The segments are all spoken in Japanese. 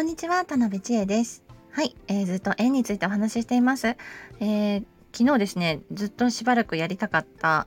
こんにちは、田辺千恵です。はい、ずっと縁についてお話ししています。昨日ですね、ずっとしばらくやりたかった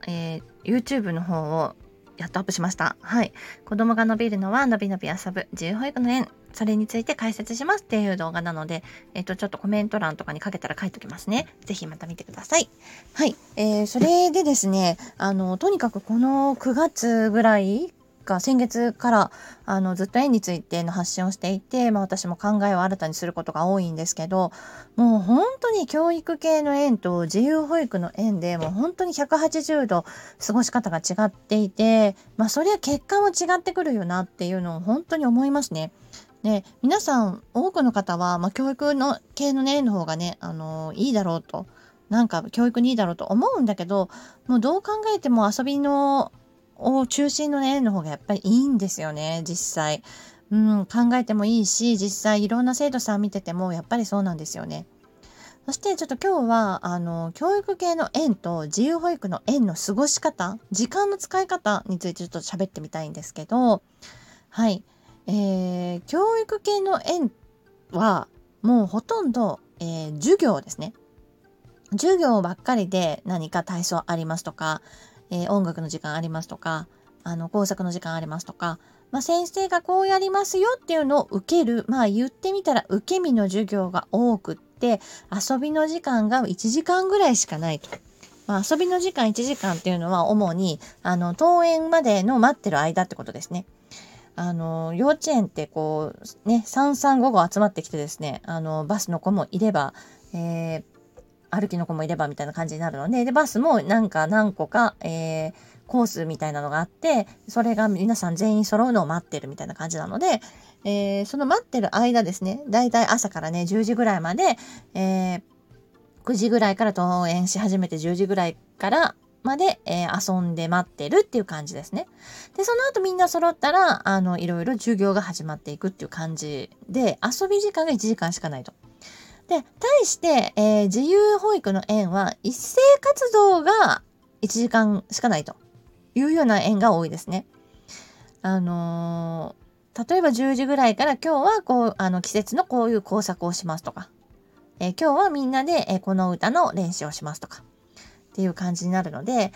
、YouTube の方をやっとアップしました。はい。子供が伸びるのはのびのび遊ぶ自由保育の縁。それについて解説しますっていう動画なので、ちょっとコメント欄とかに書けたら書いておきますね。ぜひまた見てください。はい。それでですね、とにかくこの9月ぐらいが先月からずっと縁についての発信をしていて、私も考えを新たにすることが多いんですけど、もう本当に教育系の縁と自由保育の縁でもう本当に180度過ごし方が違っていて、そりゃ結果も違ってくるよなっていうのを本当に思いますね。で、皆さん多くの方は、教育の系の縁の方がね、いいだろうと、なんか教育にいいだろうと思うんだけど、もうどう考えても遊びのを中心の縁の方がやっぱりいいんですよね、実際。考えてもいいし、実際いろんな生徒さん見ててもやっぱりそうなんですよね。そしてちょっと今日は教育系の縁と自由保育の縁の過ごし方、時間の使い方についてちょっと喋ってみたいんですけど、はい。教育系の縁はもうほとんど、授業ですね。授業ばっかりで何か体操ありますとか、音楽の時間ありますとか、工作の時間ありますとか、先生がこうやりますよっていうのを受ける、言ってみたら受け身の授業が多くって、遊びの時間が1時間ぐらいしかないと。遊びの時間1時間っていうのは主に、登園までの待ってる間ってことですね。幼稚園ってこう、ね、3、3、5、5集まってきてですね、バスの子もいれば、歩きの子もいればみたいな感じになるので、バスも何個か、コースみたいなのがあって、それが皆さん全員揃うのを待ってるみたいな感じなので、その待ってる間ですね、だいたい朝からね、10時ぐらいまで、9時ぐらいから登園し始めて10時ぐらいからまで、遊んで待ってるっていう感じですね。で、その後みんな揃ったら、いろいろ授業が始まっていくっていう感じで、遊び時間が1時間しかないと。で、対して、自由保育の園は一斉活動が1時間しかないというような園が多いですね。例えば10時ぐらいから今日はこう、季節のこういう工作をしますとか、今日はみんなで、この歌の練習をしますとかっていう感じになるので、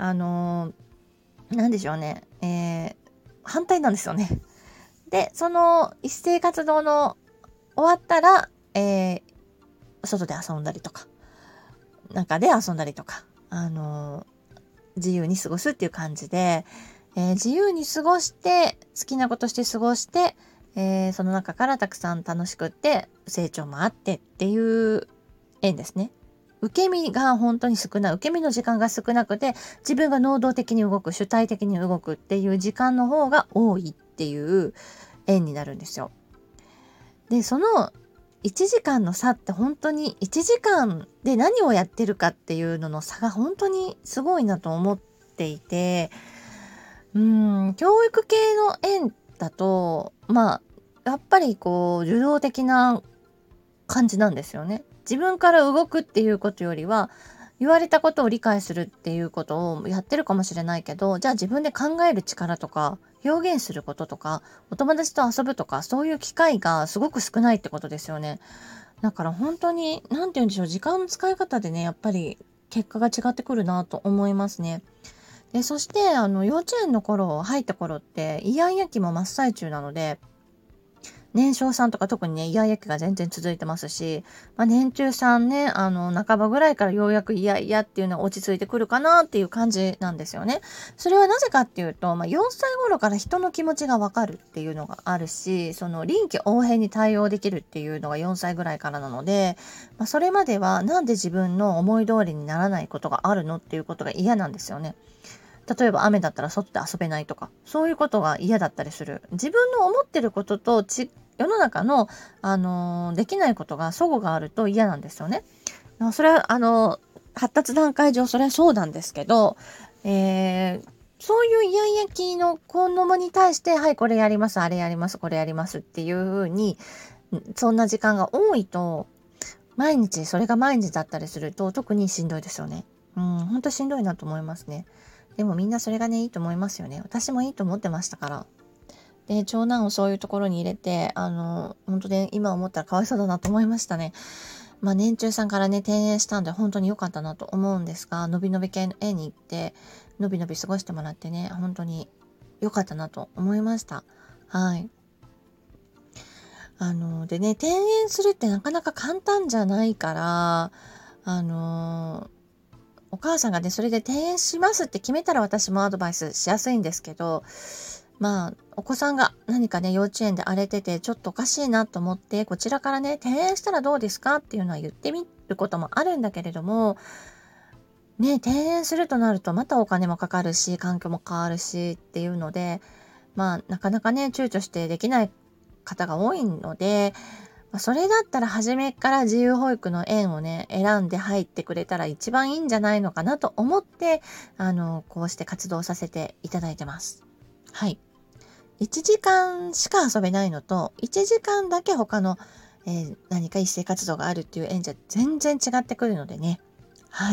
なんでしょうね、反対なんですよね。で、その一斉活動の終わったら、外で遊んだりとか、中で遊んだりとか、自由に過ごすっていう感じで、自由に過ごして、好きなことして過ごして、その中からたくさん楽しくって成長もあってっていう縁ですね。受け身が本当に少ない、受け身の時間が少なくて、自分が能動的に動く、主体的に動くっていう時間の方が多いっていう縁になるんですよ。で、その1時間の差って本当に1時間で何をやってるかっていうのの差が本当にすごいなと思っていて、教育系の園だと、やっぱりこう、受動的な感じなんですよね。自分から動くっていうことよりは、言われたことを理解するっていうことをやってるかもしれないけど、じゃあ自分で考える力とか、表現することとか、お友達と遊ぶとか、そういう機会がすごく少ないってことですよね。だから本当に、なんて言うんでしょう、時間の使い方でね、やっぱり結果が違ってくるなと思いますね。で、そして、幼稚園の頃、入った頃って、イヤイヤ期も真っ最中なので、年少さんとか特にね、イヤイヤ期が全然続いてますし、年中さんね、半ばぐらいからようやくイヤイヤっていうのは落ち着いてくるかなっていう感じなんですよね。それはなぜかっていうと、4歳頃から人の気持ちがわかるっていうのがあるし、その臨機応変に対応できるっていうのが4歳ぐらいからなので、それまではなんで自分の思い通りにならないことがあるのっていうことが嫌なんですよね。例えば雨だったら外で遊べないとか、そういうことが嫌だったりする。自分の思ってることと世の中の、できないことが齟齬があると嫌なんですよね。それは、発達段階上、それはそうなんですけど、そういうイヤイヤ期の子供に対して、はい、これやります、あれやります、これやりますっていう風に、そんな時間が多いと、それが毎日だったりすると、特にしんどいですよね。本当しんどいなと思いますね。でもみんなそれがね、いいと思いますよね。私もいいと思ってましたから。 で、長男をそういうところに入れて、本当に今思ったらかわいそうだなと思いましたね。年中さんからね、転園したんで本当に良かったなと思うんですが、のびのび系の園に行って、のびのび過ごしてもらってね、本当に良かったなと思いました。はい。でね、転園するってなかなか簡単じゃないから、お母さんがね、それで転園しますって決めたら私もアドバイスしやすいんですけど、お子さんが何かね、幼稚園で荒れてて、ちょっとおかしいなと思って、こちらからね、転園したらどうですかっていうのは言ってみることもあるんだけれども、ね、転園するとなると、またお金もかかるし、環境も変わるしっていうので、なかなかね、躊躇してできない方が多いので、それだったら初めから自由保育の園をね、選んで入ってくれたら一番いいんじゃないのかなと思って、こうして活動させていただいてます。はい。1時間しか遊べないのと、1時間だけ他の、何か一斉活動があるっていう園じゃ全然違ってくるのでね。はい。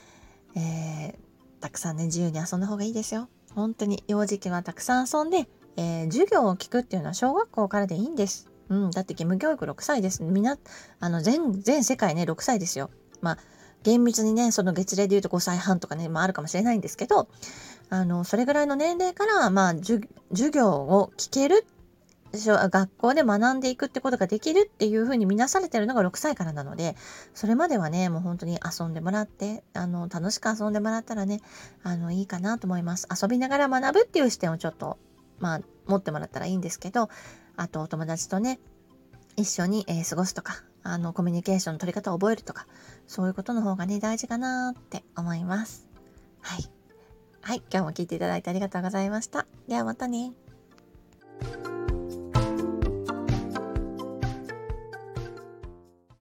たくさんね、自由に遊んだ方がいいですよ。本当に幼児期はたくさん遊んで、授業を聞くっていうのは小学校からでいいんです。だって義務教育6歳です。全世界ね、6歳ですよ。厳密にね、その月齢で言うと5歳半とかね、あるかもしれないんですけど、それぐらいの年齢から、授業を聞ける、学校で学んでいくってことができるっていうふうに見なされてるのが6歳からなので、それまではね、もう本当に遊んでもらって、楽しく遊んでもらったらね、いいかなと思います。遊びながら学ぶっていう視点をちょっと、持ってもらったらいいんですけど、あとお友達とね、一緒に、過ごすとか、コミュニケーションの取り方を覚えるとか、そういうことの方がね、大事かなって思います。はい。はい、今日も聞いていただいてありがとうございました。ではまたね。